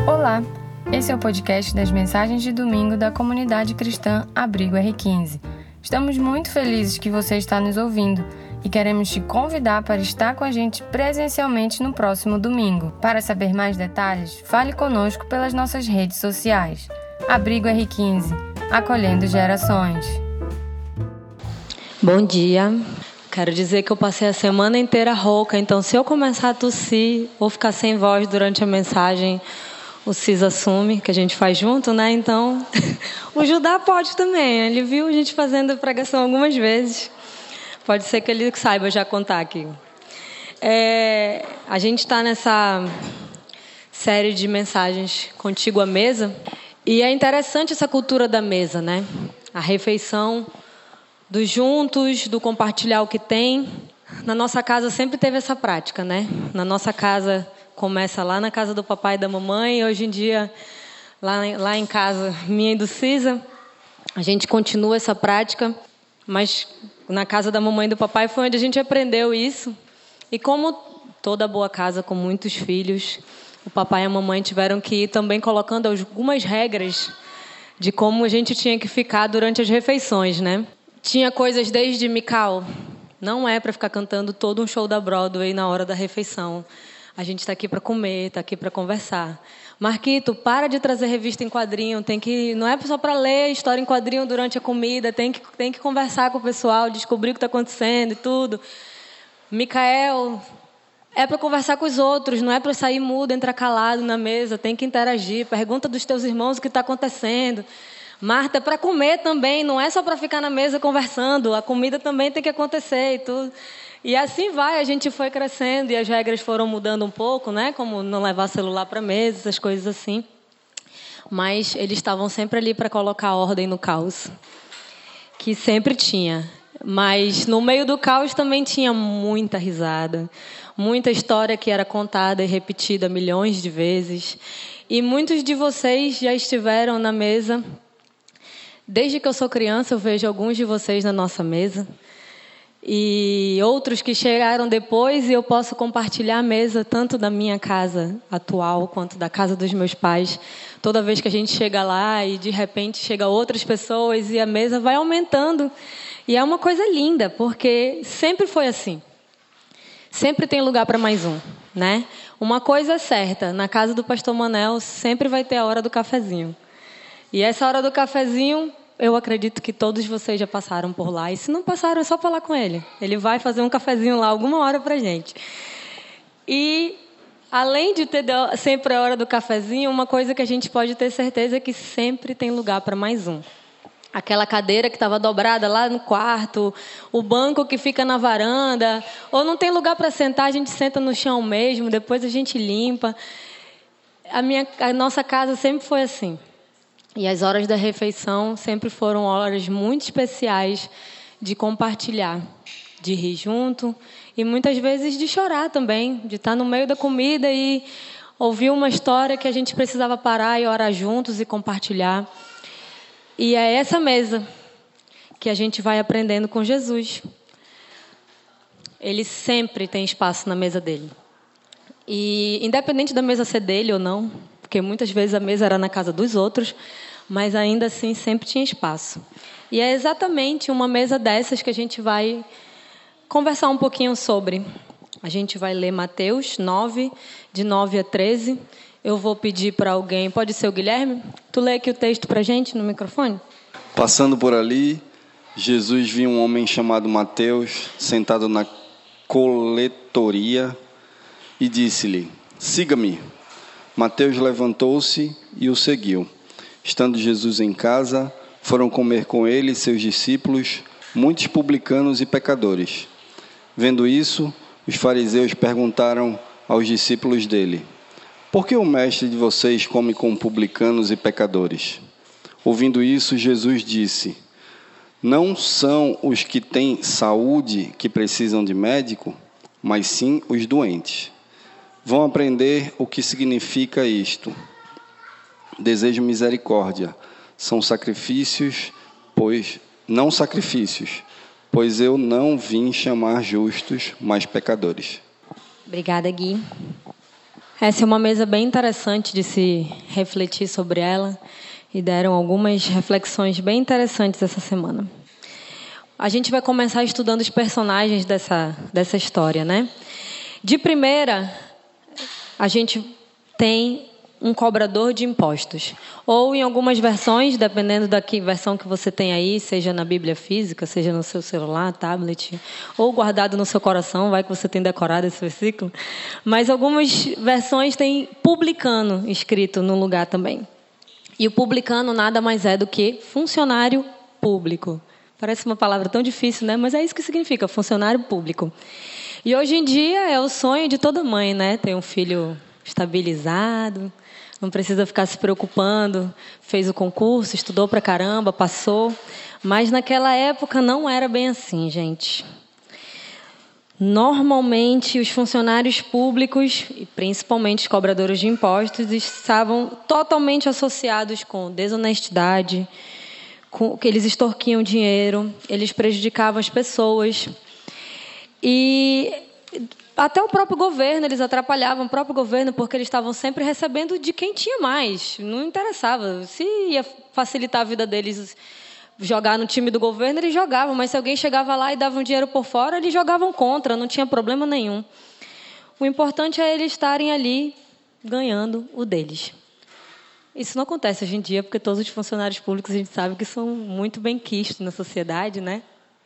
Olá, esse é o podcast das mensagens de domingo da comunidade cristã Abrigo R15. Estamos muito felizes que você está nos ouvindo e queremos te convidar para estar com a gente presencialmente no próximo domingo. Para saber mais detalhes, fale conosco pelas nossas redes sociais. Abrigo R15, acolhendo gerações. Bom dia. Quero dizer que eu passei a semana inteira rouca, então se eu começar a tossir ou ficar sem voz durante a mensagem, o Cis assume, que a gente faz junto, né? Então, o Judá pode também. Ele viu a gente fazendo a pregação algumas vezes. Pode ser que ele saiba já contar aqui. A gente está nessa série de mensagens Contigo à Mesa. E é interessante essa cultura da mesa, né? A refeição dos juntos, do compartilhar o que tem. Na nossa casa sempre teve essa prática, né? Na nossa casa começa lá na casa do papai e da mamãe. E hoje em dia, lá em casa minha e do Cisa, a gente continua essa prática. Mas na casa da mamãe e do papai foi onde a gente aprendeu isso. E como toda boa casa com muitos filhos, o papai e a mamãe tiveram que ir também colocando algumas regras de como a gente tinha que ficar durante as refeições, né? Tinha coisas desde Mical, não é para ficar cantando todo um show da Broadway na hora da refeição. A gente está aqui para comer, está aqui para conversar. Marquito, para de trazer revista em quadrinho, não é só para ler história em quadrinho durante a comida, tem que conversar com o pessoal, descobrir o que está acontecendo e tudo. Micael, é para conversar com os outros, não é para sair mudo, entrar calado na mesa, tem que interagir, pergunta dos teus irmãos o que está acontecendo. Marta, é para comer também, não é só para ficar na mesa conversando, a comida também tem que acontecer e tudo. E assim vai, a gente foi crescendo e as regras foram mudando um pouco, né? Como não levar celular para a mesa, essas coisas assim. Mas eles estavam sempre ali para colocar ordem no caos, que sempre tinha. Mas no meio do caos também tinha muita risada, muita história que era contada e repetida milhões de vezes. E muitos de vocês já estiveram na mesa. Desde que eu sou criança, eu vejo alguns de vocês na nossa mesa. E outros que chegaram depois, e eu posso compartilhar a mesa tanto da minha casa atual quanto da casa dos meus pais. Toda vez que a gente chega lá e de repente chega outras pessoas e a mesa vai aumentando. E é uma coisa linda, porque sempre foi assim. Sempre tem lugar para mais um, né? Uma coisa é certa, na casa do pastor Manel sempre vai ter a hora do cafezinho. E essa hora do cafezinho, eu acredito que todos vocês já passaram por lá. E se não passaram, é só falar com ele. Ele vai fazer um cafezinho lá alguma hora pra gente. E além de ter sempre a hora do cafezinho, uma coisa que a gente pode ter certeza é que sempre tem lugar para mais um. Aquela cadeira que estava dobrada lá no quarto, o banco que fica na varanda, ou não tem lugar para sentar, a gente senta no chão mesmo, depois a gente limpa. A nossa casa sempre foi assim. E as horas da refeição sempre foram horas muito especiais de compartilhar, de rir junto e muitas vezes de chorar também, de estar no meio da comida e ouvir uma história que a gente precisava parar e orar juntos e compartilhar. E é essa mesa que a gente vai aprendendo com Jesus. Ele sempre tem espaço na mesa dele. E independente da mesa ser dele ou não, porque muitas vezes a mesa era na casa dos outros, mas ainda assim sempre tinha espaço. E é exatamente uma mesa dessas que a gente vai conversar um pouquinho sobre. A gente vai ler Mateus 9, de 9 a 13. Eu vou pedir para alguém, pode ser o Guilherme? Tu lê aqui o texto para a gente no microfone? Passando por ali, Jesus viu um homem chamado Mateus sentado na coletoria e disse-lhe: siga-me. Mateus levantou-se e o seguiu. Estando Jesus em casa, foram comer com ele e seus discípulos muitos publicanos e pecadores. Vendo isso, os fariseus perguntaram aos discípulos dele: por que o mestre de vocês come com publicanos e pecadores? Ouvindo isso, Jesus disse: não são os que têm saúde que precisam de médico, mas sim os doentes. Vão aprender o que significa isto. Desejo misericórdia, são sacrifícios, pois eu não vim chamar justos, mas pecadores. Obrigada, Gui. Essa é uma mesa bem interessante de se refletir sobre ela e deram algumas reflexões bem interessantes essa semana. A gente vai começar estudando os personagens dessa história, né? De primeira, a gente tem um cobrador de impostos. Ou em algumas versões, dependendo da versão que você tem aí, seja na Bíblia física, seja no seu celular, tablet, ou guardado no seu coração, vai que você tem decorado esse versículo. Mas algumas versões têm publicano escrito no lugar também. E o publicano nada mais é do que funcionário público. Parece uma palavra tão difícil, né? Mas é isso que significa, funcionário público. E hoje em dia é o sonho de toda mãe, né? Ter um filho estabilizado, não precisa ficar se preocupando, fez o concurso, estudou pra caramba, passou. Mas naquela época não era bem assim, gente. Normalmente, os funcionários públicos, e principalmente os cobradores de impostos, estavam totalmente associados com desonestidade, com que eles extorquiam dinheiro, eles prejudicavam as pessoas. E até o próprio governo, eles atrapalhavam o próprio governo porque eles estavam sempre recebendo de quem tinha mais. Não interessava. Se ia facilitar a vida deles jogar no time do governo, eles jogavam. Mas se alguém chegava lá e dava um dinheiro por fora, eles jogavam contra, não tinha problema nenhum. O importante é eles estarem ali ganhando o deles. Isso não acontece hoje em dia, porque todos os funcionários públicos a gente sabe que são muito bem quistos na sociedade, né?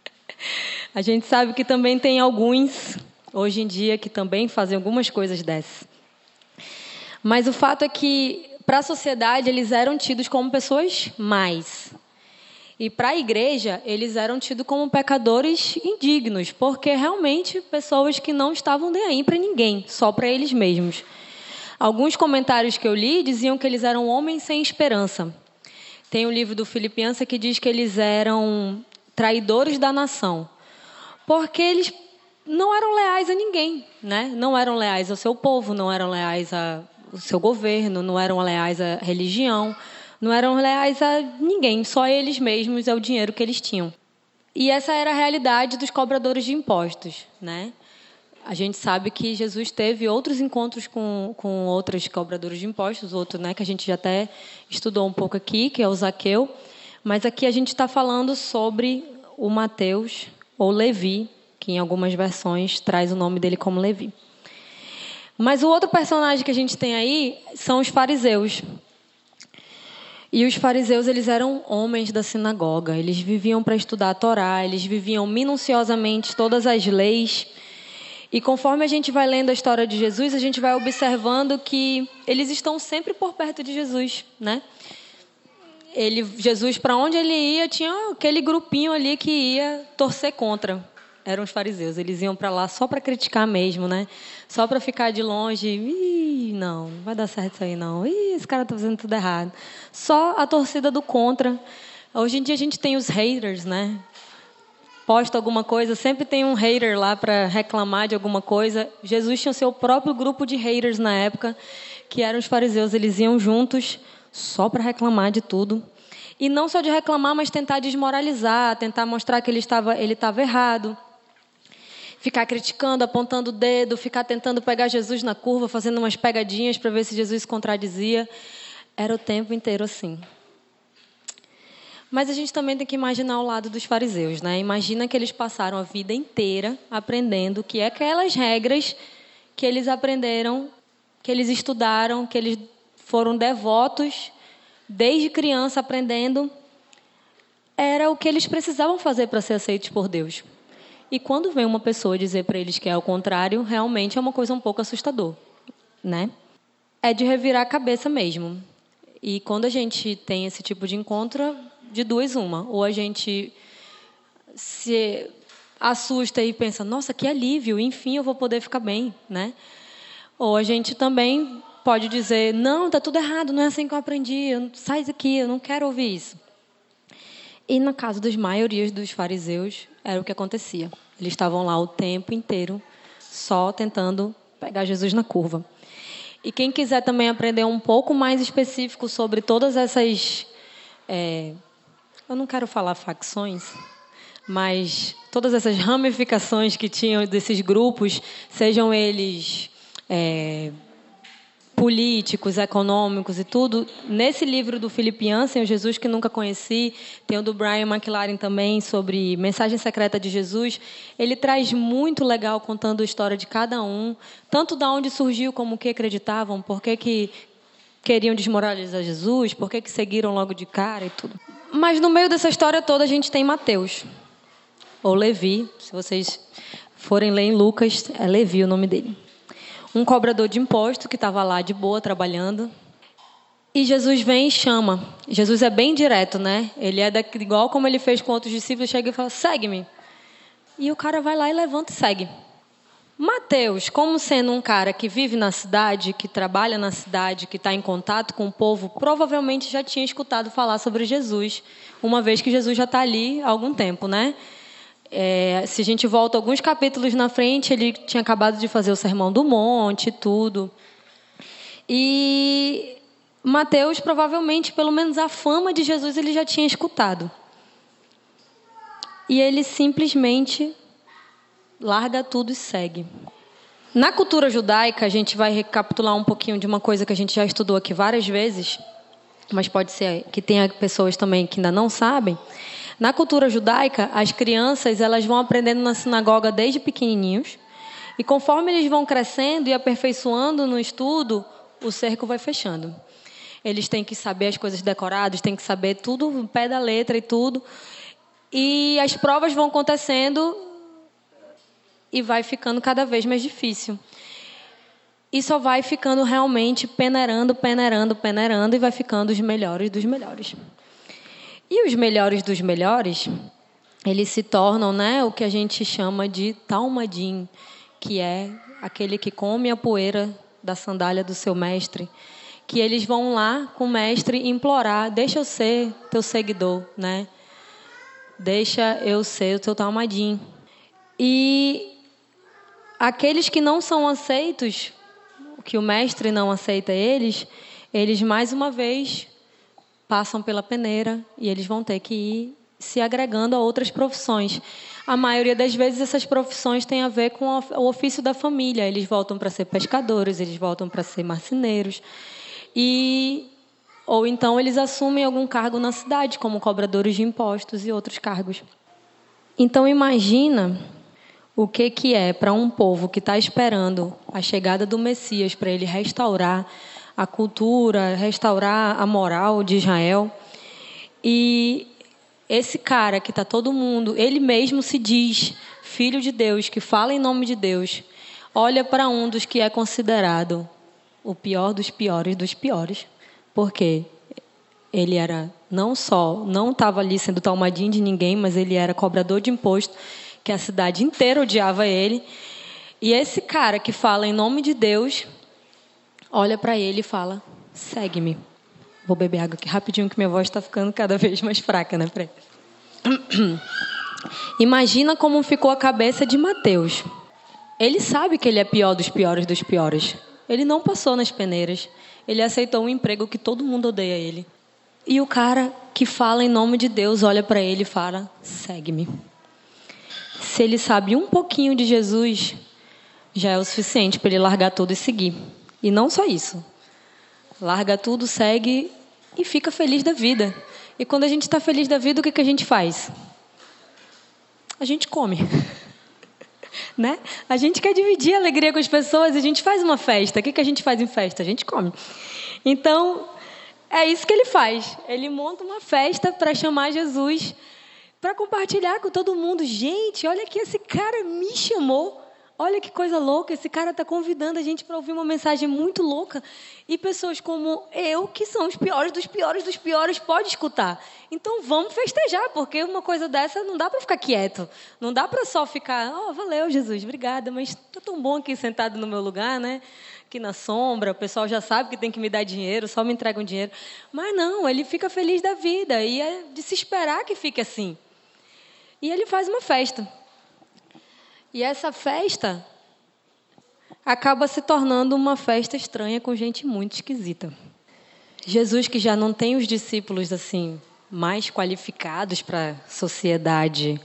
A gente sabe que também tem alguns hoje em dia que também fazem algumas coisas dessas. Mas o fato é que, para a sociedade, eles eram tidos como pessoas más. E para a igreja, eles eram tidos como pecadores indignos, porque realmente pessoas que não estavam nem aí para ninguém, só para eles mesmos. Alguns comentários que eu li diziam que eles eram homens sem esperança. Tem um livro do Filipenses que diz que eles eram traidores da nação, porque eles não eram leais a ninguém, né? Não eram leais ao seu povo, não eram leais ao seu governo, não eram leais à religião, não eram leais a ninguém, só eles mesmos, é o dinheiro que eles tinham. E essa era a realidade dos cobradores de impostos, né? A gente sabe que Jesus teve outros encontros com outros cobradores de impostos, outro, né, que a gente já até estudou um pouco aqui, que é o Zaqueu, mas aqui a gente está falando sobre o Mateus, ou Levi, que em algumas versões traz o nome dele como Levi. Mas o outro personagem que a gente tem aí são os fariseus. E os fariseus, eles eram homens da sinagoga, eles viviam para estudar a Torá, eles viviam minuciosamente todas as leis. E conforme a gente vai lendo a história de Jesus, a gente vai observando que eles estão sempre por perto de Jesus, né? Jesus, para onde ele ia, tinha aquele grupinho ali que ia torcer contra. Eram os fariseus. Eles iam para lá só para criticar mesmo, né? Só para ficar de longe. Ih, não vai dar certo isso aí, não. Ih, esse cara está fazendo tudo errado. Só a torcida do contra. Hoje em dia a gente tem os haters, né? Posta alguma coisa, sempre tem um hater lá para reclamar de alguma coisa. Jesus tinha o seu próprio grupo de haters na época, que eram os fariseus. Eles iam juntos só para reclamar de tudo. E não só de reclamar, mas tentar desmoralizar, tentar mostrar que ele estava errado. Ficar criticando, apontando o dedo, ficar tentando pegar Jesus na curva, fazendo umas pegadinhas para ver se Jesus se contradizia. Era o tempo inteiro assim. Mas a gente também tem que imaginar o lado dos fariseus, né? Imagina que eles passaram a vida inteira aprendendo que aquelas regras que eles aprenderam, que eles estudaram, que eles foram devotos desde criança aprendendo, era o que eles precisavam fazer para ser aceitos por Deus. E quando vem uma pessoa dizer para eles que é o contrário, realmente é uma coisa um pouco assustador, né? É de revirar a cabeça mesmo. E quando a gente tem esse tipo de encontro, de duas uma. Ou a gente se assusta e pensa, nossa, que alívio, enfim, eu vou poder ficar bem, né? Ou a gente também pode dizer, não, está tudo errado, não é assim que eu aprendi, sai daqui, eu não quero ouvir isso. E no caso das maiorias dos fariseus, era o que acontecia. Eles estavam lá o tempo inteiro, só tentando pegar Jesus na curva. E quem quiser também aprender um pouco mais específico sobre todas essas... eu não quero falar facções, mas todas essas ramificações que tinham desses grupos, sejam eles políticos, econômicos e tudo. Nesse livro do Philip Yancey, O Jesus que Nunca Conheci, tem o do Brian McLaren também, sobre Mensagem Secreta de Jesus. Ele traz muito legal contando a história de cada um, tanto de onde surgiu, como o que acreditavam, por que queriam desmoralizar Jesus, por que seguiram logo de cara e tudo. Mas no meio dessa história toda a gente tem Mateus, ou Levi, se vocês forem ler em Lucas, é Levi o nome dele. Um cobrador de imposto que estava lá de boa, trabalhando. E Jesus vem e chama. Jesus é bem direto, né? Ele é igual como ele fez com outros discípulos, chega e fala, segue-me. E o cara vai lá e levanta e segue. Mateus, como sendo um cara que vive na cidade, que trabalha na cidade, que está em contato com o povo, provavelmente já tinha escutado falar sobre Jesus, uma vez que Jesus já está ali há algum tempo, né? Se a gente volta alguns capítulos na frente, ele tinha acabado de fazer o Sermão do Monte e tudo. E Mateus, provavelmente, pelo menos a fama de Jesus, ele já tinha escutado. E ele simplesmente larga tudo e segue. Na cultura judaica, a gente vai recapitular um pouquinho de uma coisa que a gente já estudou aqui várias vezes, mas pode ser que tenha pessoas também que ainda não sabem. Na cultura judaica, as crianças elas vão aprendendo na sinagoga desde pequenininhos, e conforme eles vão crescendo e aperfeiçoando no estudo, o cerco vai fechando. Eles têm que saber as coisas decoradas, têm que saber tudo, o pé da letra e tudo. E as provas vão acontecendo e vai ficando cada vez mais difícil. E só vai ficando realmente peneirando, e vai ficando os melhores dos melhores. E os melhores dos melhores, eles se tornam, né, o que a gente chama de talmadim, que é aquele que come a poeira da sandália do seu mestre, que eles vão lá com o mestre implorar, deixa eu ser teu seguidor, né? Deixa eu ser o teu talmadim. E aqueles que não são aceitos, que o mestre não aceita eles mais uma vez passam pela peneira e eles vão ter que ir se agregando a outras profissões. A maioria das vezes essas profissões têm a ver com o ofício da família. Eles voltam para ser pescadores, eles voltam para ser marceneiros. Ou então eles assumem algum cargo na cidade, como cobradores de impostos e outros cargos. Então imagina o que é para um povo que está esperando a chegada do Messias para ele restaurar a cultura, restaurar a moral de Israel. E esse cara que está todo mundo, ele mesmo se diz filho de Deus, que fala em nome de Deus, olha para um dos que é considerado o pior dos piores, porque ele era não estava ali sendo talmadinho de ninguém, mas ele era cobrador de imposto, que a cidade inteira odiava ele. E esse cara que fala em nome de Deus olha para ele e fala, segue-me. Vou beber água aqui rapidinho, que minha voz está ficando cada vez mais fraca, né? Imagina como ficou a cabeça de Mateus. Ele sabe que ele é pior dos piores. Ele não passou nas peneiras. Ele aceitou um emprego que todo mundo odeia ele. E o cara que fala em nome de Deus olha para ele e fala, segue-me. Se ele sabe um pouquinho de Jesus, já é o suficiente para ele largar tudo e seguir. E não só isso. Larga tudo, segue e fica feliz da vida. E quando a gente está feliz da vida, o que a gente faz? A gente come. Né? A gente quer dividir a alegria com as pessoas, a gente faz uma festa. O que a gente faz em festa? A gente come. Então, é isso que ele faz. Ele monta uma festa para chamar Jesus, para compartilhar com todo mundo. Gente, olha que esse cara me chamou. Olha que coisa louca, esse cara está convidando a gente para ouvir uma mensagem muito louca. E pessoas como eu, que são os piores, pode escutar. Então vamos festejar, porque uma coisa dessa não dá para ficar quieto. Não dá para só ficar, valeu Jesus, obrigada, mas está tão bom aqui sentado no meu lugar, né? Aqui na sombra, o pessoal já sabe que tem que me dar dinheiro, só me entregam dinheiro. Mas não, ele fica feliz da vida e é de se esperar que fique assim. E ele faz uma festa. E essa festa acaba se tornando uma festa estranha com gente muito esquisita. Jesus, que já não tem os discípulos assim mais qualificados para a sociedade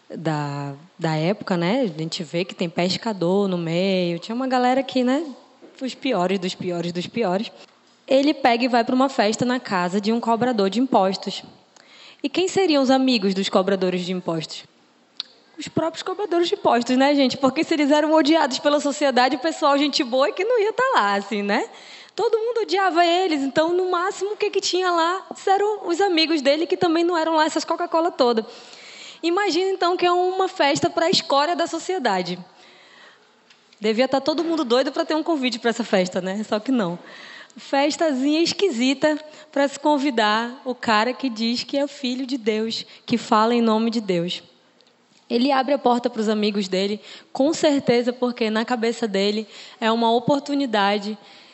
da época, né? A gente vê que tem pescador no meio, tinha uma galera que, né, os piores dos piores dos piores, ele pega e vai para uma festa na casa de um cobrador de impostos. E quem seriam os amigos dos cobradores de impostos? Os próprios cobradores de impostos, né, gente? Porque se eles eram odiados pela sociedade, o pessoal, gente boa, é que não ia estar lá, assim, né? Todo mundo odiava eles, então, no máximo, o que tinha lá eram os amigos dele, que também não eram lá essas Coca-Cola toda. Imagina, então, que é uma festa para a escória da sociedade. Devia estar todo mundo doido para ter um convite para essa festa, né? Só que não. Festazinha esquisita para se convidar o cara que diz que é o filho de Deus, que fala em nome de Deus. Ele abre a porta para os amigos dele, com certeza, porque na cabeça dele é uma oportunidade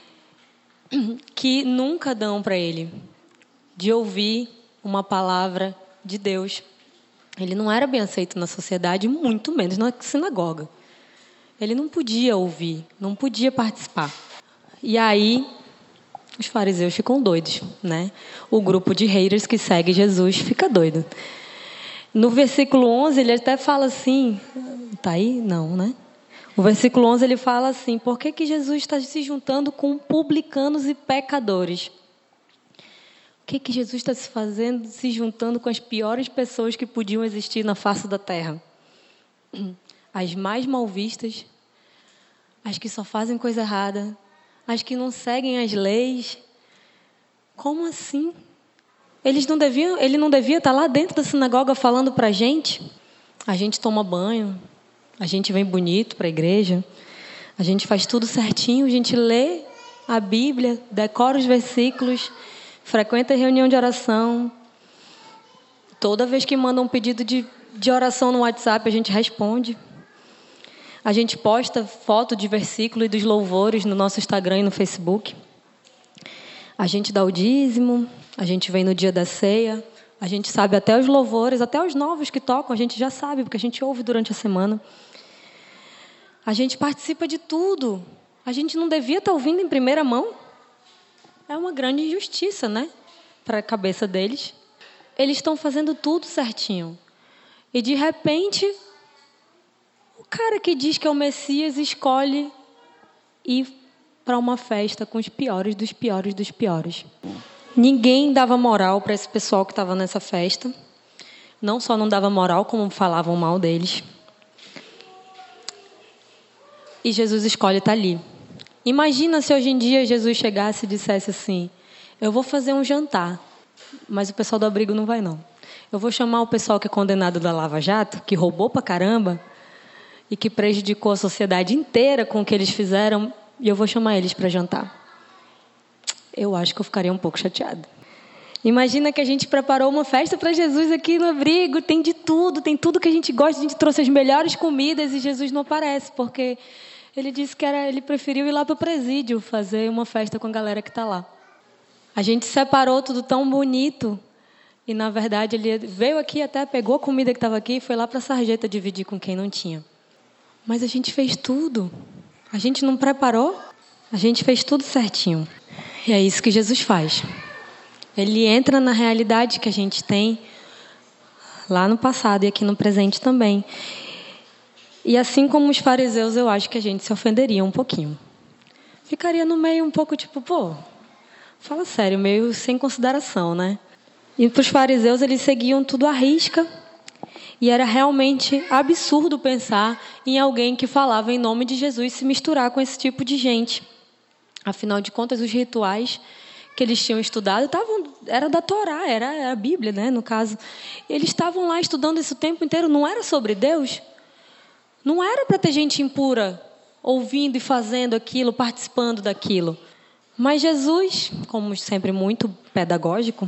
que nunca dão para ele, de ouvir uma palavra de Deus. Ele não era bem aceito na sociedade, muito menos na sinagoga. Ele não podia ouvir, não podia participar. E aí, os fariseus ficam doidos, né? O grupo de haters que segue Jesus fica doido. No versículo 11, ele até fala assim... Está aí? Não, né? O versículo 11, ele fala assim: por que Jesus está se juntando com publicanos e pecadores? O que Jesus está se fazendo, se juntando com as piores pessoas que podiam existir na face da terra? As mais mal vistas, as que só fazem coisa errada, as que não seguem as leis. Como assim? Ele não devia estar lá dentro da sinagoga falando para a gente toma banho, a gente vem bonito para a igreja, a gente faz tudo certinho, a gente lê a Bíblia, decora os versículos, frequenta a reunião de oração. Toda vez que manda um pedido de oração no WhatsApp, a gente responde. A gente posta foto de versículo e dos louvores no nosso Instagram e no Facebook. A gente dá o dízimo, a gente vem no dia da ceia, a gente sabe até os louvores, até os novos que tocam, a gente já sabe, porque a gente ouve durante a semana. A gente participa de tudo. A gente não devia estar ouvindo em primeira mão? É uma grande injustiça, né? Para a cabeça deles. Eles estão fazendo tudo certinho. E, de repente, o cara que diz que é o Messias escolhe ir para uma festa com os piores dos piores dos piores. Ninguém dava moral para esse pessoal que estava nessa festa. Não só não dava moral, como falavam mal deles. E Jesus escolhe estar ali. Imagina se hoje em dia Jesus chegasse e dissesse assim: eu vou fazer um jantar, mas o pessoal do abrigo não vai não. Eu vou chamar o pessoal que é condenado da Lava Jato, que roubou pra caramba e que prejudicou a sociedade inteira com o que eles fizeram, e eu vou chamar eles para jantar. Eu acho que eu ficaria um pouco chateada. Imagina que a gente preparou uma festa para Jesus aqui no abrigo, tem de tudo, tem tudo que a gente gosta, a gente trouxe as melhores comidas e Jesus não aparece, porque ele disse que ele preferiu ir lá para o presídio fazer uma festa com a galera que está lá. A gente separou tudo tão bonito e, na verdade, ele veio aqui até, pegou a comida que estava aqui e foi lá para a sarjeta dividir com quem não tinha. Mas a gente fez tudo. A gente não preparou, a gente fez tudo certinho. E é isso que Jesus faz. Ele entra na realidade que a gente tem lá no passado e aqui no presente também. E assim como os fariseus, eu acho que a gente se ofenderia um pouquinho. Ficaria no meio um pouco tipo, fala sério, meio sem consideração, né? E para os fariseus, eles seguiam tudo à risca. E era realmente absurdo pensar em alguém que falava em nome de Jesus se misturar com esse tipo de gente. Afinal de contas, os rituais que eles tinham estudado era da Torá, era a Bíblia, né, no caso. Eles estavam lá estudando isso o tempo inteiro, não era sobre Deus. Não era para ter gente impura ouvindo e fazendo aquilo, participando daquilo. Mas Jesus, como sempre muito pedagógico,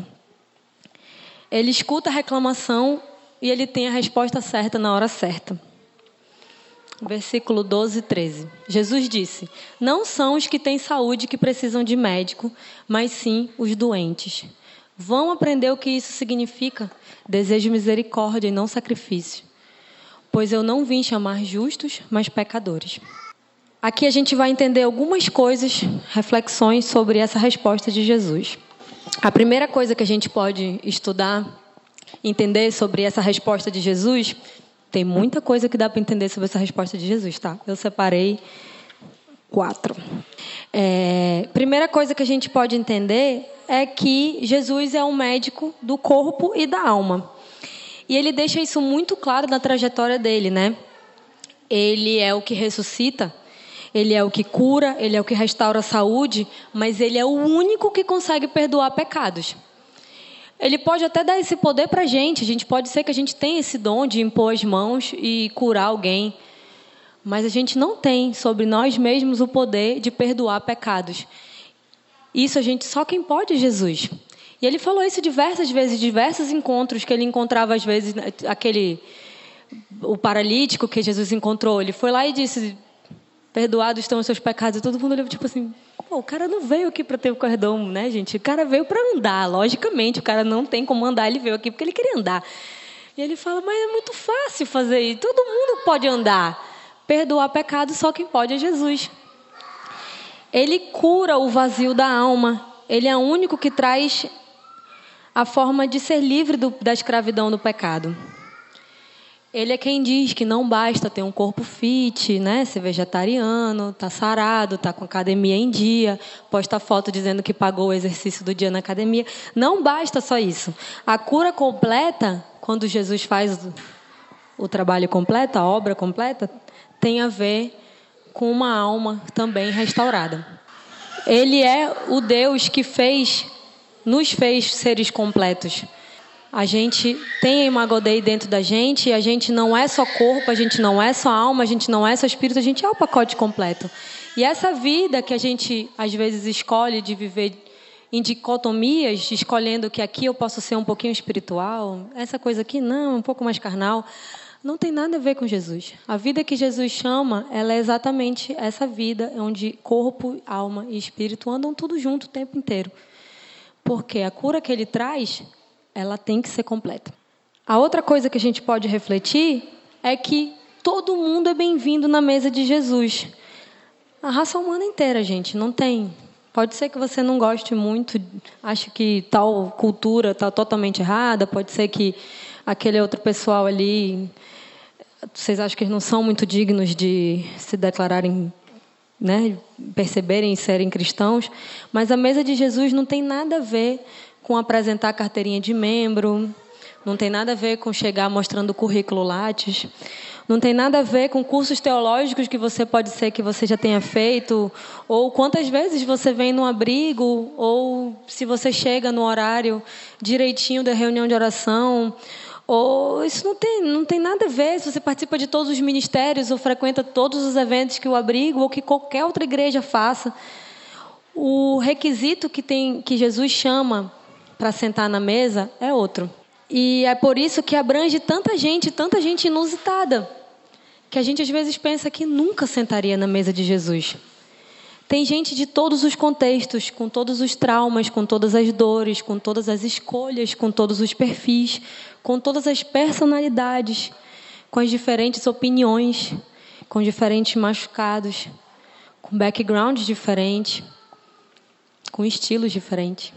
ele escuta a reclamação e ele tem a resposta certa na hora certa. Versículo 12 e 13. Jesus disse: não são os que têm saúde que precisam de médico, mas sim os doentes. Vão aprender o que isso significa. Desejo misericórdia e não sacrifício. Pois eu não vim chamar justos, mas pecadores. Aqui a gente vai entender algumas coisas, reflexões sobre essa resposta de Jesus. A primeira coisa que a gente pode estudar, entender sobre essa resposta de Jesus, tem muita coisa que dá para entender sobre essa resposta de Jesus, tá? Eu separei 4. Primeira coisa que a gente pode entender é que Jesus é um médico do corpo e da alma. E ele deixa isso muito claro na trajetória dele, né? Ele é o que ressuscita, ele é o que cura, ele é o que restaura a saúde, mas ele é o único que consegue perdoar pecados. Ele pode até dar esse poder para a gente pode ser que a gente tenha esse dom de impor as mãos e curar alguém, mas a gente não tem sobre nós mesmos o poder de perdoar pecados. Isso só quem pode é Jesus. E ele falou isso diversas vezes, diversos encontros que ele encontrava às vezes, o paralítico que Jesus encontrou, ele foi lá e disse, perdoados estão os seus pecados, e todo mundo olhou tipo assim, o cara não veio aqui para ter o perdão, né, gente? O cara veio para andar, logicamente, o cara não tem como andar, ele veio aqui porque ele queria andar. E ele fala, mas é muito fácil fazer isso, todo mundo pode andar. Perdoar pecado, só quem pode é Jesus. Ele cura o vazio da alma, ele é o único que traz a forma de ser livre da escravidão do pecado. Ele é quem diz que não basta ter um corpo fit, né, ser vegetariano, estar sarado, estar com a academia em dia, posta foto dizendo que pagou o exercício do dia na academia. Não basta só isso. A cura completa, quando Jesus faz o trabalho completo, a obra completa, tem a ver com uma alma também restaurada. Ele é o Deus que nos fez seres completos. A gente tem a Imago Dei dentro da gente, e a gente não é só corpo, a gente não é só alma, a gente não é só espírito, a gente é o pacote completo. E essa vida que a gente às vezes escolhe de viver em dicotomias, escolhendo que aqui eu posso ser um pouquinho espiritual, essa coisa aqui não, um pouco mais carnal, não tem nada a ver com Jesus. A vida que Jesus chama, ela é exatamente essa vida onde corpo, alma e espírito andam tudo junto o tempo inteiro. Porque a cura que ele traz, ela tem que ser completa. A outra coisa que a gente pode refletir é que todo mundo é bem-vindo na mesa de Jesus. A raça humana inteira, gente, não tem. Pode ser que você não goste muito, ache que tal cultura está totalmente errada, pode ser que aquele outro pessoal ali, vocês acham que eles não são muito dignos de se declararem, né, perceberem e serem cristãos, mas a mesa de Jesus não tem nada a ver com apresentar carteirinha de membro, não tem nada a ver com chegar mostrando o currículo Lattes, não tem nada a ver com cursos teológicos que você pode ser que você já tenha feito, ou quantas vezes você vem num abrigo, ou se você chega no horário direitinho da reunião de oração, ou isso não tem nada a ver se você participa de todos os ministérios ou frequenta todos os eventos que o abrigo ou que qualquer outra igreja faça. O requisito que Jesus chama para sentar na mesa é outro. E é por isso que abrange tanta gente inusitada, que a gente às vezes pensa que nunca sentaria na mesa de Jesus. Tem gente de todos os contextos, com todos os traumas, com todas as dores, com todas as escolhas, com todos os perfis, com todas as personalidades, com as diferentes opiniões, com diferentes machucados, com backgrounds diferentes, com estilos diferentes.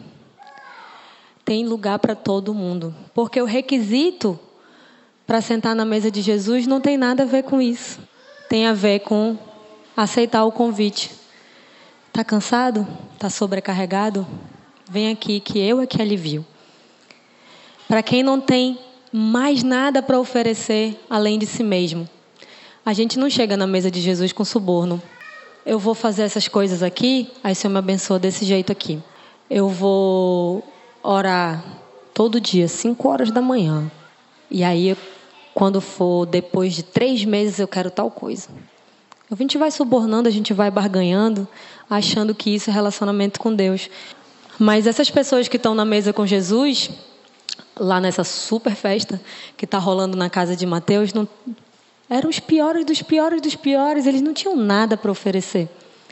Tem lugar para todo mundo, porque o requisito para sentar na mesa de Jesus não tem nada a ver com isso. Tem a ver com aceitar o convite. Está cansado? Está sobrecarregado? Vem aqui que eu é que alivio. Para quem não tem mais nada para oferecer além de si mesmo. A gente não chega na mesa de Jesus com suborno. Eu vou fazer essas coisas aqui, aí o Senhor me abençoa desse jeito aqui. Eu vou orar todo dia, 5 horas da manhã. E aí, quando for depois de 3 meses, eu quero tal coisa. A gente vai subornando, a gente vai barganhando, achando que isso é relacionamento com Deus. Mas essas pessoas que estão na mesa com Jesus, lá nessa super festa que está rolando na casa de Mateus, não, eram os piores dos piores dos piores, eles não tinham nada para oferecer.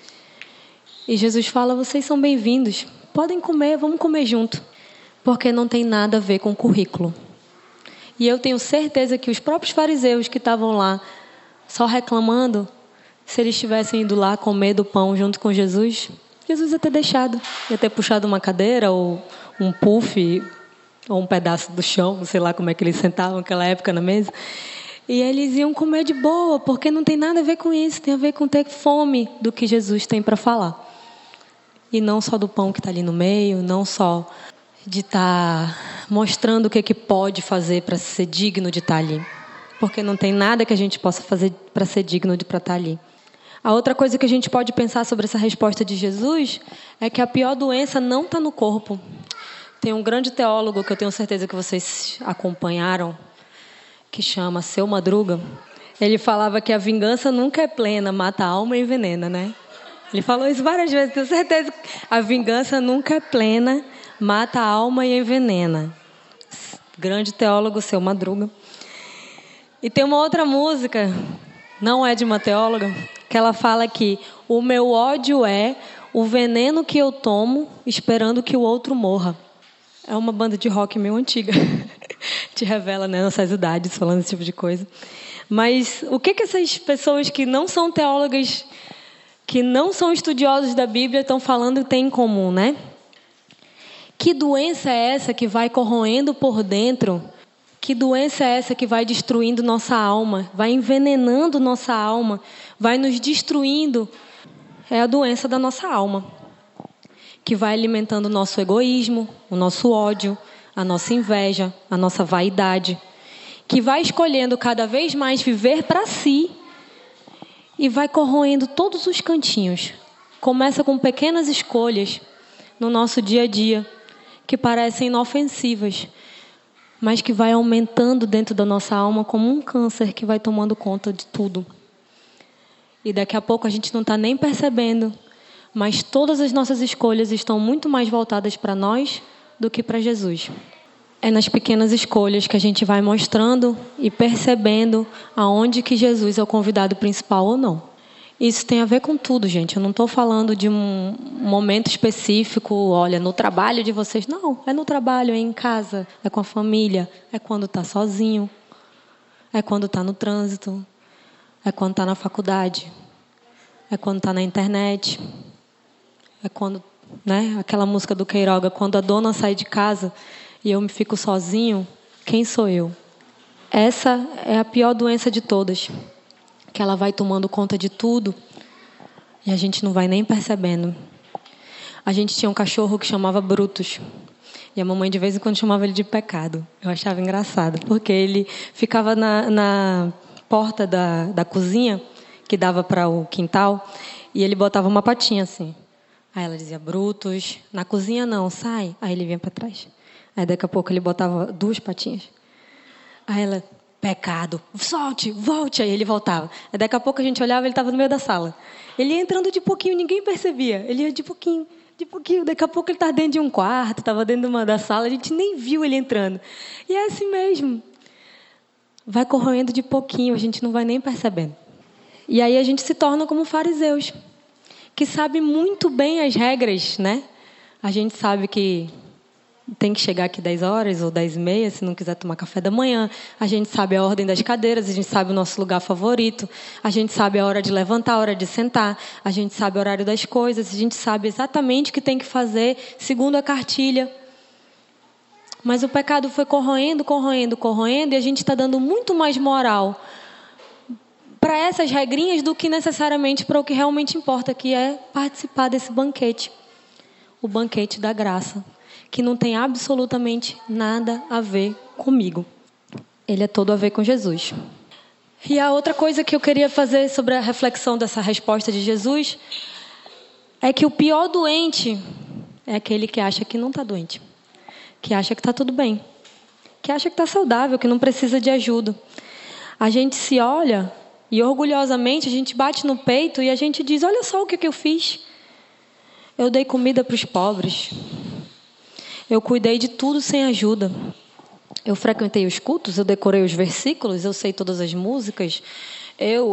E Jesus fala, vocês são bem-vindos, podem comer, vamos comer junto. Porque não tem nada a ver com currículo. E eu tenho certeza que os próprios fariseus que estavam lá só reclamando, se eles tivessem ido lá comer do pão junto com Jesus, Jesus ia ter deixado. Ia ter puxado uma cadeira ou um puff ou um pedaço do chão, sei lá como é que eles sentavam naquela época na mesa. E eles iam comer de boa, porque não tem nada a ver com isso. Tem a ver com ter fome do que Jesus tem para falar. E não só do pão que está ali no meio, não só de estar mostrando o que pode fazer para ser digno de estar ali. Porque não tem nada que a gente possa fazer para ser digno de estar ali. A outra coisa que a gente pode pensar sobre essa resposta de Jesus é que a pior doença não está no corpo. Tem um grande teólogo que eu tenho certeza que vocês acompanharam, que chama Seu Madruga. Ele falava que a vingança nunca é plena, mata a alma e envenena, né? Ele falou isso várias vezes, tenho certeza que a vingança nunca é plena, mata a alma e envenena. Grande teólogo, Seu Madruga. E tem uma outra música, não é de uma teóloga, que ela fala que o meu ódio é o veneno que eu tomo esperando que o outro morra. É uma banda de rock meio antiga. Te revela, né, nossas idades, falando esse tipo de coisa. Mas o que essas pessoas que não são teólogas, que não são estudiosos da Bíblia, estão falando e têm em comum, né? Que doença é essa que vai corroendo por dentro? Que doença é essa que vai destruindo nossa alma, vai envenenando nossa alma, vai nos destruindo? É a doença da nossa alma, que vai alimentando o nosso egoísmo, o nosso ódio, a nossa inveja, a nossa vaidade, que vai escolhendo cada vez mais viver para si e vai corroendo todos os cantinhos. Começa com pequenas escolhas no nosso dia a dia, que parecem inofensivas, mas que vai aumentando dentro da nossa alma como um câncer que vai tomando conta de tudo. E daqui a pouco a gente não está nem percebendo, mas todas as nossas escolhas estão muito mais voltadas para nós do que para Jesus. É nas pequenas escolhas que a gente vai mostrando e percebendo aonde que Jesus é o convidado principal ou não. Isso tem a ver com tudo, gente. Eu não estou falando de um momento específico, olha, no trabalho de vocês. Não, é no trabalho, é em casa, é com a família, é quando está sozinho, é quando está no trânsito, é quando está na faculdade, é quando está na internet, é quando, né, aquela música do Queiroga, quando a dona sai de casa e eu me fico sozinho, quem sou eu? Essa é a pior doença de todas, que ela vai tomando conta de tudo e a gente não vai nem percebendo. A gente tinha um cachorro que chamava Brutus e a mamãe de vez em quando chamava ele de Pecado. Eu achava engraçado, porque ele ficava na porta da cozinha, que dava para o quintal, e ele botava uma patinha assim. Aí ela dizia, Brutus, na cozinha não, sai. Aí ele vinha para trás. Aí daqui a pouco ele botava 2 patinhas. Aí ela, Pecado, solte, volte. Aí ele voltava. Aí daqui a pouco a gente olhava, ele estava no meio da sala. Ele ia entrando de pouquinho, ninguém percebia. Ele ia de pouquinho, de pouquinho. Daqui a pouco ele estava dentro de um quarto, estava dentro da sala, a gente nem viu ele entrando. E é assim mesmo. Vai corroendo de pouquinho, a gente não vai nem percebendo. E aí a gente se torna como fariseus, que sabe muito bem as regras, né? A gente sabe que tem que chegar aqui 10 horas ou 10h30, se não quiser tomar café da manhã. A gente sabe a ordem das cadeiras, a gente sabe o nosso lugar favorito, a gente sabe a hora de levantar, a hora de sentar, a gente sabe o horário das coisas, a gente sabe exatamente o que tem que fazer segundo a cartilha. Mas o pecado foi corroendo, e a gente está dando muito mais moral para essas regrinhas do que necessariamente para o que realmente importa, que é participar desse banquete. O banquete da graça, que não tem absolutamente nada a ver comigo. Ele é todo a ver com Jesus. E a outra coisa que eu queria fazer sobre a reflexão dessa resposta de Jesus é que o pior doente é aquele que acha que não está doente, que acha que está tudo bem, que acha que está saudável, que não precisa de ajuda. A gente se olha e orgulhosamente a gente bate no peito e a gente diz, olha só o que eu fiz. Eu dei comida para os pobres. Eu cuidei de tudo sem ajuda. Eu frequentei os cultos, eu decorei os versículos, eu sei todas as músicas. Eu.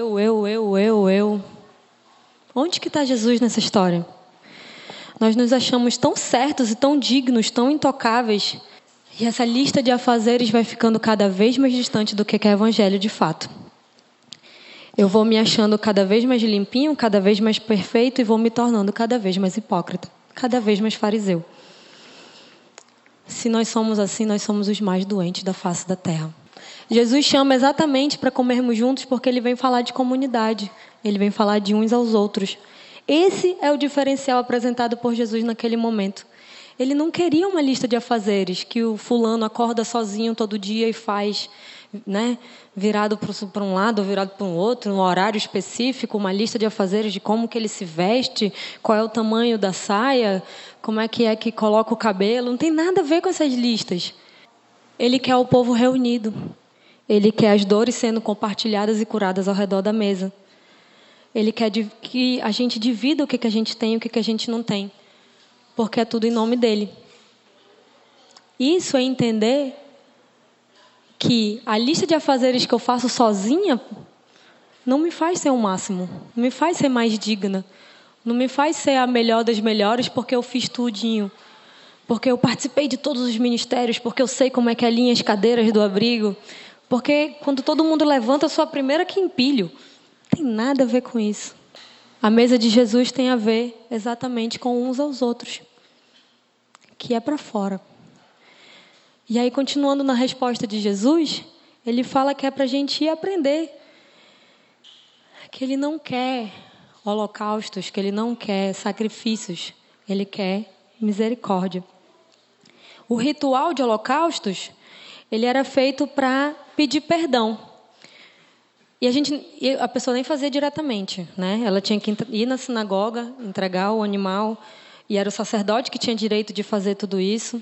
Onde que está Jesus nessa história? Nós nos achamos tão certos e tão dignos, tão intocáveis. E essa lista de afazeres vai ficando cada vez mais distante do que é evangelho de fato. Eu vou me achando cada vez mais limpinho, cada vez mais perfeito e vou me tornando cada vez mais hipócrita, cada vez mais fariseu. Se nós somos assim, nós somos os mais doentes da face da terra. Jesus chama exatamente para comermos juntos porque ele vem falar de comunidade. Ele vem falar de uns aos outros. Esse é o diferencial apresentado por Jesus naquele momento. Ele não queria uma lista de afazeres que o fulano acorda sozinho todo dia e faz, né, virado para um lado ou virado para um outro, um horário específico, uma lista de afazeres de como que ele se veste, qual é o tamanho da saia, como é que coloca o cabelo. Não tem nada a ver com essas listas. Ele quer o povo reunido. Ele quer as dores sendo compartilhadas e curadas ao redor da mesa. Ele quer que a gente divida o que a gente tem e o que a gente não tem. Porque é tudo em nome dele. Isso é entender que a lista de afazeres que eu faço sozinha não me faz ser o máximo, não me faz ser mais digna, não me faz ser a melhor das melhores porque eu fiz tudinho, porque eu participei de todos os ministérios, porque eu sei como é que alinha as cadeiras do abrigo, porque quando todo mundo levanta, eu sou a primeira que empilho. Não tem nada a ver com isso. A mesa de Jesus tem a ver exatamente com uns aos outros, que é para fora. E aí, continuando na resposta de Jesus, ele fala que é para a gente ir aprender. Que ele não quer holocaustos, que ele não quer sacrifícios, ele quer misericórdia. O ritual de holocaustos, ele era feito para pedir perdão. E a pessoa nem fazia diretamente, né? Ela tinha que ir na sinagoga, entregar o animal, e era o sacerdote que tinha direito de fazer tudo isso.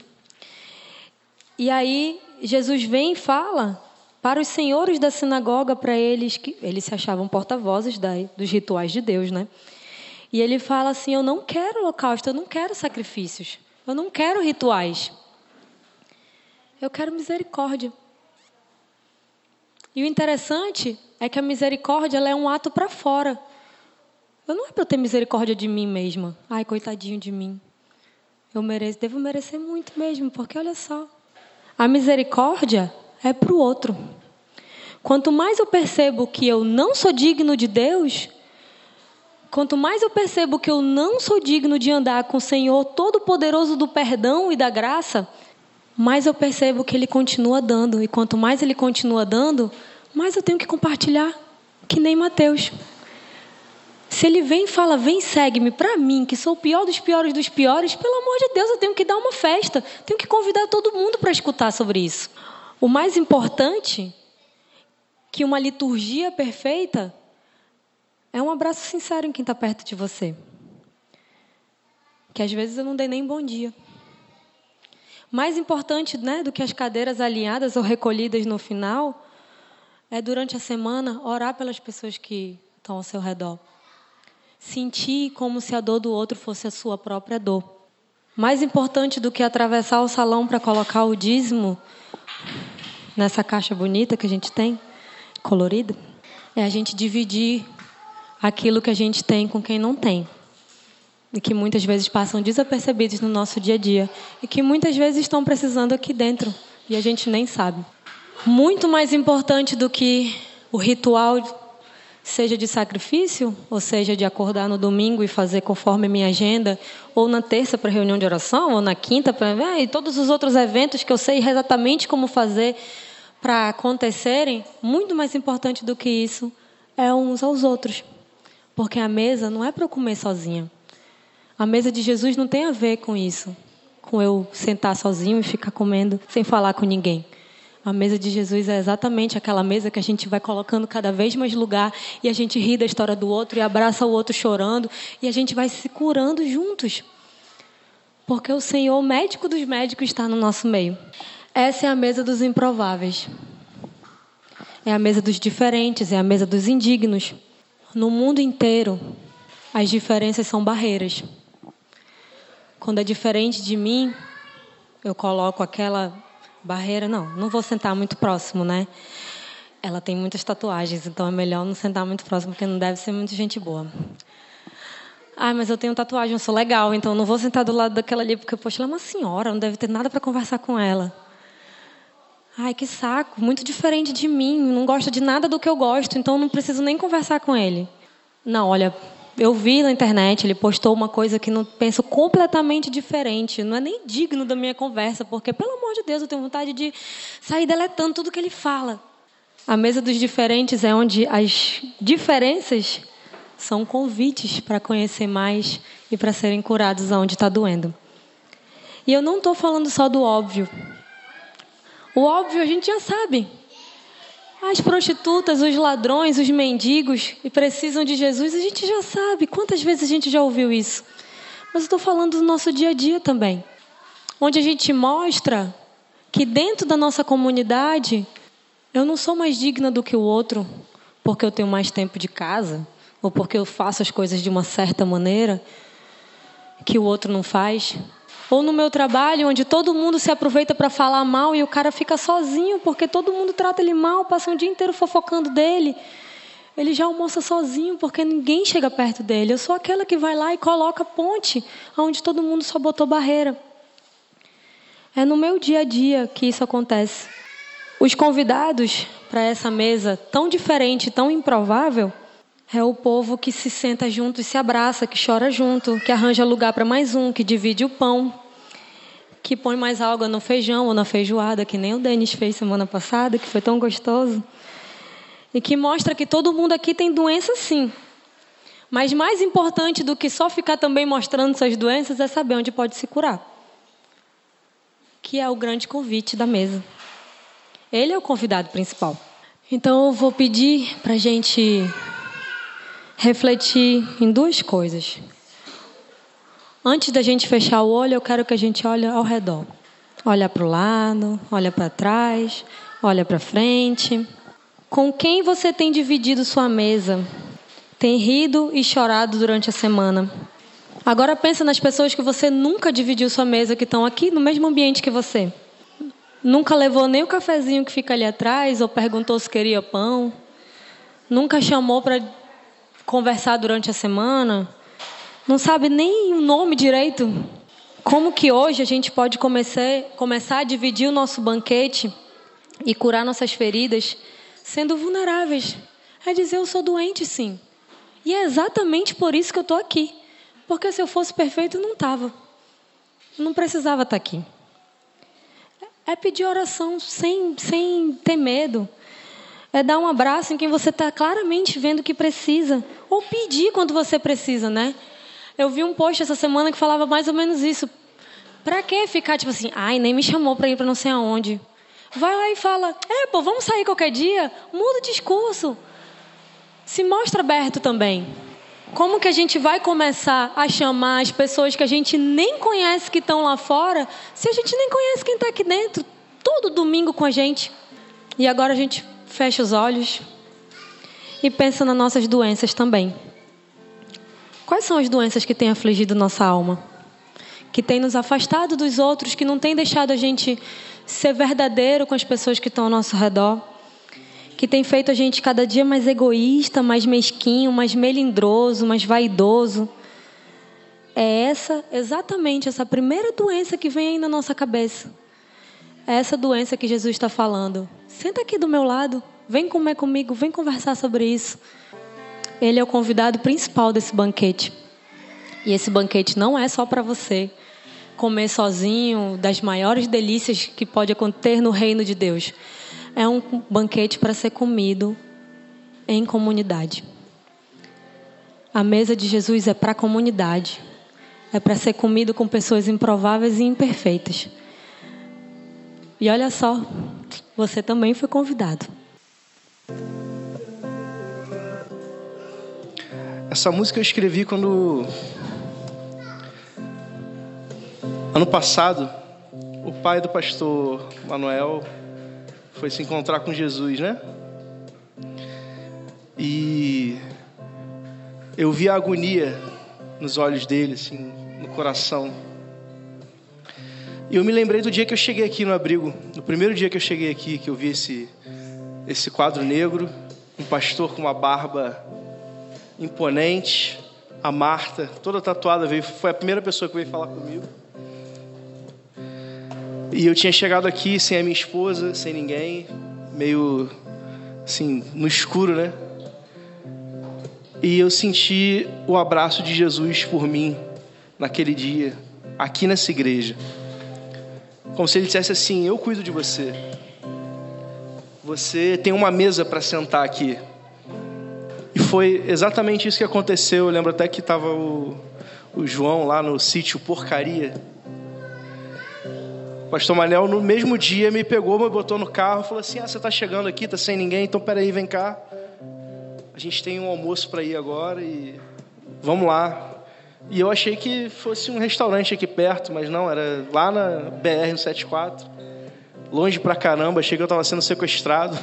E aí Jesus vem e fala para os senhores da sinagoga, para eles, que eles se achavam porta-vozes dos rituais de Deus, né? E ele fala assim: eu não quero holocausto, eu não quero sacrifícios, eu não quero rituais. Eu quero misericórdia. E o interessante é que a misericórdia, ela é um ato para fora. Eu não é para eu ter misericórdia de mim mesma. Ai, coitadinho de mim. Devo merecer muito mesmo, porque olha só. A misericórdia é para o outro. Quanto mais eu percebo que eu não sou digno de Deus, quanto mais eu percebo que eu não sou digno de andar com o Senhor Todo-Poderoso do perdão e da graça, mais eu percebo que Ele continua dando. E quanto mais Ele continua dando, mais eu tenho que compartilhar, que nem Mateus. Se Ele vem e fala: vem, segue-me, para mim, que sou o pior dos piores dos piores, pelo amor de Deus, eu tenho que dar uma festa, tenho que convidar todo mundo para escutar sobre isso. O mais importante, que uma liturgia perfeita, é um abraço sincero em quem está perto de você. Que às vezes eu não dei nem bom dia. Mais importante, né, do que as cadeiras alinhadas ou recolhidas no final, é durante a semana orar pelas pessoas que estão ao seu redor. Sentir como se a dor do outro fosse a sua própria dor. Mais importante do que atravessar o salão para colocar o dízimo nessa caixa bonita que a gente tem, colorida, é a gente dividir aquilo que a gente tem com quem não tem. E que muitas vezes passam desapercebidos no nosso dia a dia. E que muitas vezes estão precisando aqui dentro. E a gente nem sabe. Muito mais importante do que o ritual, seja de sacrifício, ou seja, de acordar no domingo e fazer conforme a minha agenda, ou na terça para reunião de oração, ou na quinta para... e todos os outros eventos que eu sei exatamente como fazer para acontecerem, muito mais importante do que isso é uns aos outros. Porque a mesa não é para eu comer sozinha. A mesa de Jesus não tem a ver com isso, com eu sentar sozinho e ficar comendo sem falar com ninguém. A mesa de Jesus é exatamente aquela mesa que a gente vai colocando cada vez mais lugar e a gente ri da história do outro e abraça o outro chorando e a gente vai se curando juntos. Porque o Senhor, o médico dos médicos, está no nosso meio. Essa é a mesa dos improváveis. É a mesa dos diferentes, é a mesa dos indignos. No mundo inteiro, as diferenças são barreiras. Quando é diferente de mim, eu coloco aquela barreira. Não vou sentar muito próximo, né? Ela tem muitas tatuagens, então é melhor não sentar muito próximo, porque não deve ser muito gente boa. Mas eu tenho tatuagem, eu sou legal, então não vou sentar do lado daquela ali, porque, poxa, ela é uma senhora, não deve ter nada para conversar com ela. Ai, que saco, muito diferente de mim, não gosta de nada do que eu gosto, então não preciso nem conversar com ele. Não, olha, Eu vi na internet, ele postou uma coisa que não penso completamente diferente. Não é nem digno da minha conversa, porque, pelo amor de Deus, eu tenho vontade de sair deletando tudo que ele fala. A mesa dos diferentes é onde as diferenças são convites para conhecer mais e para serem curados aonde está doendo. E eu não estou falando só do óbvio. O óbvio a gente já sabe. As prostitutas, os ladrões, os mendigos e precisam de Jesus, a gente já sabe. Quantas vezes a gente já ouviu isso? Mas eu estou falando do nosso dia a dia também. Onde a gente mostra que dentro da nossa comunidade, eu não sou mais digna do que o outro, porque eu tenho mais tempo de casa, ou porque eu faço as coisas de uma certa maneira que o outro não faz. Ou no meu trabalho, onde todo mundo se aproveita para falar mal e o cara fica sozinho, porque todo mundo trata ele mal, passa um dia inteiro fofocando dele. Ele já almoça sozinho, porque ninguém chega perto dele. Eu sou aquela que vai lá e coloca ponte, onde todo mundo só botou barreira. É no meu dia a dia que isso acontece. Os convidados para essa mesa tão diferente, tão improvável, é o povo que se senta junto e se abraça, que chora junto, que arranja lugar para mais um, que divide o pão, que põe mais água no feijão ou na feijoada, que nem o Denis fez semana passada, que foi tão gostoso. E que mostra que todo mundo aqui tem doença, sim. Mas mais importante do que só ficar também mostrando suas doenças é saber onde pode se curar. Que é o grande convite da mesa. Ele é o convidado principal. Então eu vou pedir para a gente refletir em duas coisas. Antes da gente fechar o olho, eu quero que a gente olhe ao redor. Olha para o lado, olha para trás, olha para frente. Com quem você tem dividido sua mesa? Tem rido e chorado durante a semana? Agora pensa nas pessoas que você nunca dividiu sua mesa, que estão aqui no mesmo ambiente que você. Nunca levou nem o cafezinho que fica ali atrás, ou perguntou se queria pão. Nunca chamou para conversar durante a semana. Não sabe nem o nome direito. Como que hoje a gente pode começar a dividir o nosso banquete e curar nossas feridas sendo vulneráveis? É dizer, eu sou doente, sim. E é exatamente por isso que eu estou aqui. Porque se eu fosse perfeito, eu não estava. Eu não precisava estar aqui. É pedir oração sem ter medo. É dar um abraço em quem você está claramente vendo que precisa. Ou pedir quando você precisa, né? Eu vi um post essa semana que falava mais ou menos isso. Pra que ficar tipo assim, ai, nem me chamou pra ir pra não sei aonde. Vai lá e fala, vamos sair qualquer dia. Muda o discurso. Se mostra aberto também. Como que a gente vai começar a chamar as pessoas que a gente nem conhece que estão lá fora, se a gente nem conhece quem está aqui dentro, todo domingo com a gente? E agora a gente fecha os olhos e pensa nas nossas doenças também. Quais são as doenças que têm afligido nossa alma? Que têm nos afastado dos outros, que não têm deixado a gente ser verdadeiro com as pessoas que estão ao nosso redor? Que tem feito a gente cada dia mais egoísta, mais mesquinho, mais melindroso, mais vaidoso? É exatamente essa primeira doença que vem aí na nossa cabeça. É essa doença que Jesus está falando. Senta aqui do meu lado, vem comer comigo, vem conversar sobre isso. Ele é o convidado principal desse banquete. E esse banquete não é só para você comer sozinho, das maiores delícias que pode acontecer no reino de Deus. É um banquete para ser comido em comunidade. A mesa de Jesus é para a comunidade. É para ser comido com pessoas improváveis e imperfeitas. E olha só, você também foi convidado. Essa música eu escrevi quando... Ano passado, o pai do pastor Manuel foi se encontrar com Jesus, né? E eu vi a agonia nos olhos dele, assim, no coração. E eu me lembrei do dia que eu cheguei aqui no abrigo, no primeiro dia que eu cheguei aqui, que eu vi esse quadro negro, um pastor com uma barba imponente, a Marta, toda tatuada, foi a primeira pessoa que veio falar comigo. E eu tinha chegado aqui sem a minha esposa, sem ninguém, meio assim, no escuro, né? E eu senti o abraço de Jesus por mim naquele dia, aqui nessa igreja. Como se ele dissesse assim: eu cuido de você. Você tem uma mesa para sentar aqui. E foi exatamente isso que aconteceu. Eu lembro até que estava o João lá no sítio Porcaria. O pastor Manel, no mesmo dia, me pegou, me botou no carro, falou assim: você está chegando aqui, está sem ninguém, então peraí, vem cá. A gente tem um almoço para ir agora e vamos lá. E eu achei que fosse um restaurante aqui perto, mas não, era lá na BR-174. Longe pra caramba, achei que eu estava sendo sequestrado.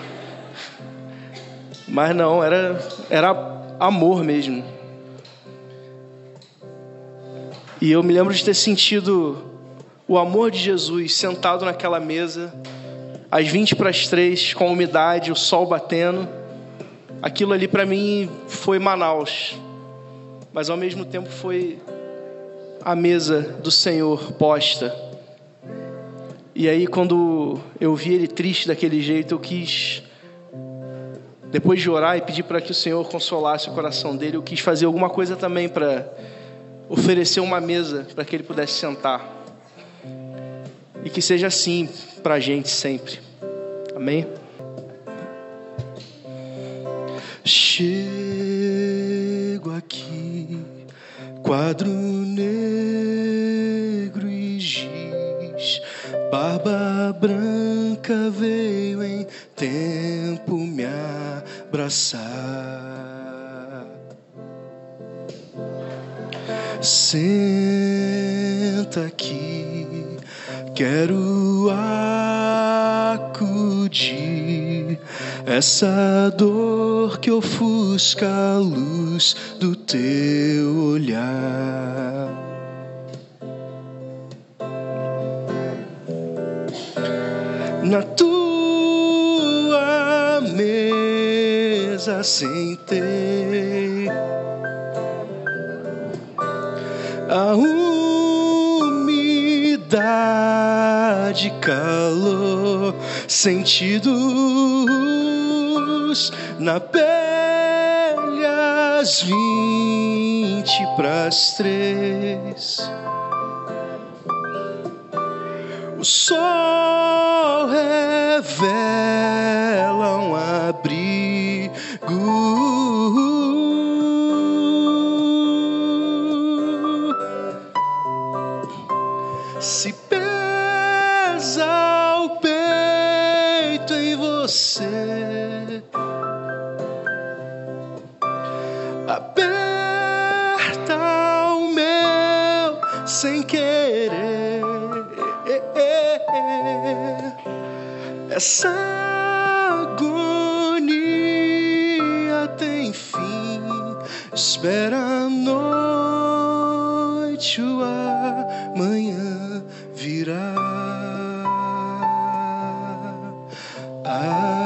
Mas não, era amor mesmo. E eu me lembro de ter sentido o amor de Jesus sentado naquela mesa, às 2:20, com a umidade, o sol batendo. Aquilo ali para mim foi Manaus, mas ao mesmo tempo foi a mesa do Senhor posta. E aí, quando eu vi ele triste daquele jeito, eu quis, depois de orar e pedir para que o Senhor consolasse o coração dele, eu quis fazer alguma coisa também para oferecer uma mesa para que ele pudesse sentar. E que seja assim para a gente sempre. Amém? Chego aqui, quadro negro e giz, barba branca veio em tempo me abraçar. Senta aqui, quero acudir essa dor que ofusca a luz do teu olhar. Na tua mesa sentei, a umidade, calor, sentidos na pele às 2:20. O sol revela um abrigo, se pesa o peito em você, aperta o meu sem querer. Essa agonia tem fim, espera a noite, o amanhã virá.